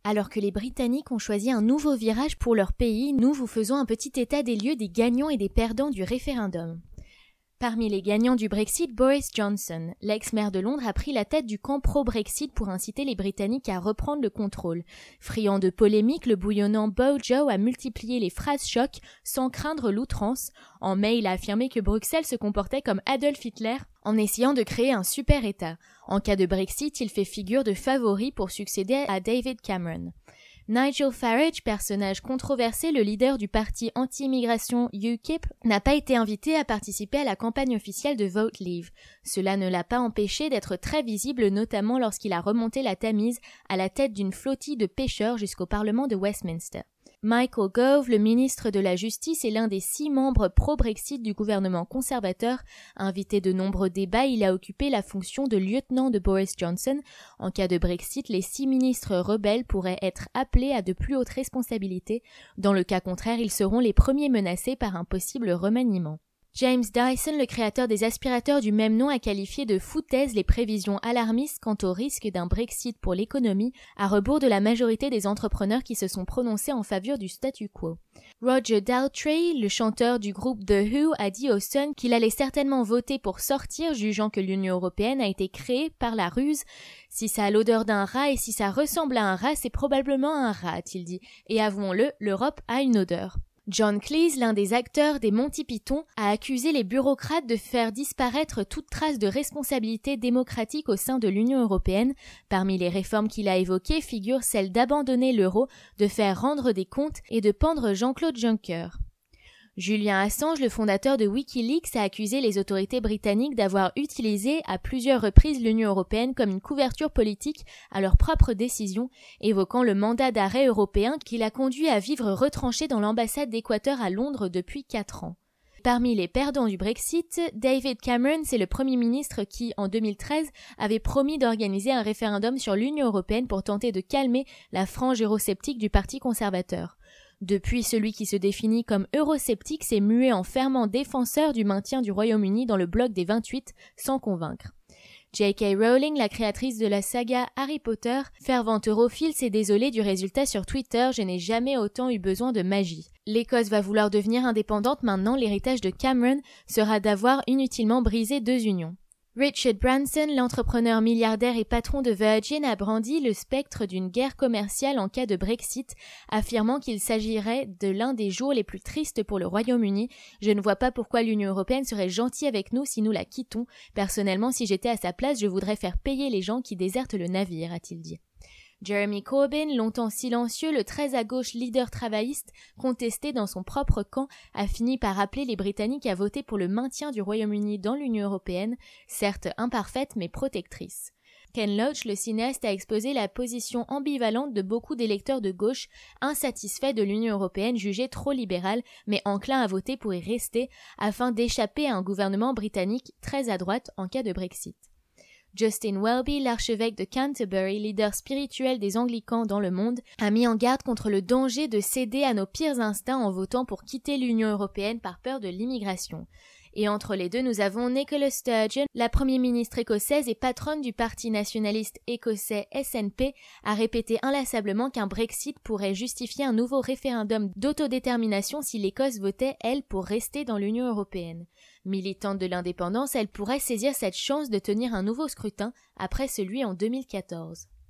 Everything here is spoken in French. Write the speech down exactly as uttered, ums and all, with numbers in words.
Alors que les Britanniques ont choisi un nouveau virage pour leur pays, nous vous faisons un petit état des lieux des gagnants et des perdants du référendum. Parmi les gagnants du Brexit, Boris Johnson, l'ex-maire de Londres, a pris la tête du camp pro-Brexit pour inciter les Britanniques à reprendre le contrôle. Friand de polémiques, le bouillonnant Bojo a multiplié les phrases chocs sans craindre l'outrance. En mai, il a affirmé que Bruxelles se comportait comme Adolf Hitler en essayant de créer un super-État. En cas de Brexit, il fait figure de favori pour succéder à David Cameron. Nigel Farage, personnage controversé, le leader du parti anti-immigration U K I P, n'a pas été invité à participer à la campagne officielle de Vote Leave. Cela ne l'a pas empêché d'être très visible, notamment lorsqu'il a remonté la Tamise à la tête d'une flottille de pêcheurs jusqu'au Parlement de Westminster. Michael Gove, le ministre de la Justice, est l'un des six membres pro-Brexit du gouvernement conservateur. Invité de nombreux débats, il a occupé la fonction de lieutenant de Boris Johnson. En cas de Brexit, les six ministres rebelles pourraient être appelés à de plus hautes responsabilités. Dans le cas contraire, ils seront les premiers menacés par un possible remaniement. James Dyson, le créateur des aspirateurs du même nom, a qualifié de foutaise les prévisions alarmistes quant au risque d'un Brexit pour l'économie, à rebours de la majorité des entrepreneurs qui se sont prononcés en faveur du statu quo. Roger Daltrey, le chanteur du groupe The Who, a dit au Sun qu'il allait certainement voter pour sortir, jugeant que l'Union européenne a été créée par la ruse. Si ça a l'odeur d'un rat et si ça ressemble à un rat, c'est probablement un rat, a-t-il dit. Et avouons-le, l'Europe a une odeur. John Cleese, l'un des acteurs des Monty Python, a accusé les bureaucrates de faire disparaître toute trace de responsabilité démocratique au sein de l'Union européenne. Parmi les réformes qu'il a évoquées figure celle d'abandonner l'euro, de faire rendre des comptes et de pendre Jean-Claude Juncker. Julian Assange, le fondateur de Wikileaks, a accusé les autorités britanniques d'avoir utilisé à plusieurs reprises l'Union européenne comme une couverture politique à leurs propres décisions, évoquant le mandat d'arrêt européen qui l'a conduit à vivre retranché dans l'ambassade d'Équateur à Londres depuis quatre ans. Parmi les perdants du Brexit, David Cameron, c'est le Premier ministre qui, en deux mille treize, avait promis d'organiser un référendum sur l'Union européenne pour tenter de calmer la frange eurosceptique du Parti conservateur. Depuis, celui qui se définit comme eurosceptique s'est mué en fervent défenseur du maintien du Royaume-Uni dans le bloc des vingt-huit, sans convaincre. J K Rowling, la créatrice de la saga Harry Potter, fervente europhile, s'est désolée du résultat sur Twitter « Je n'ai jamais autant eu besoin de magie ». L'Écosse va vouloir devenir indépendante maintenant, l'héritage de Cameron sera d'avoir inutilement brisé deux unions. Richard Branson, l'entrepreneur milliardaire et patron de Virgin, a brandi le spectre d'une guerre commerciale en cas de Brexit, affirmant qu'il s'agirait de l'un des jours les plus tristes pour le Royaume-Uni. Je ne vois pas pourquoi l'Union européenne serait gentille avec nous si nous la quittons. Personnellement, si j'étais à sa place, je voudrais faire payer les gens qui désertent le navire, a-t-il dit. Jeremy Corbyn, longtemps silencieux, le très à gauche leader travailliste, contesté dans son propre camp, a fini par appeler les Britanniques à voter pour le maintien du Royaume-Uni dans l'Union européenne, certes imparfaite mais protectrice. Ken Loach, le cinéaste, a exposé la position ambivalente de beaucoup d'électeurs de gauche, insatisfaits de l'Union européenne jugée trop libérale, mais enclins à voter pour y rester, afin d'échapper à un gouvernement britannique très à droite en cas de Brexit. Justin Welby, l'archevêque de Canterbury, leader spirituel des anglicans dans le monde, a mis en garde contre le danger de céder à nos pires instincts en votant pour quitter l'Union européenne par peur de l'immigration. Et entre les deux, nous avons Nicola Sturgeon, la première ministre écossaise et patronne du parti nationaliste écossais S N P, a répété inlassablement qu'un Brexit pourrait justifier un nouveau référendum d'autodétermination si l'Écosse votait, elle, pour rester dans l'Union européenne. Militante de l'indépendance, elle pourrait saisir cette chance de tenir un nouveau scrutin après celui en deux mille quatorze.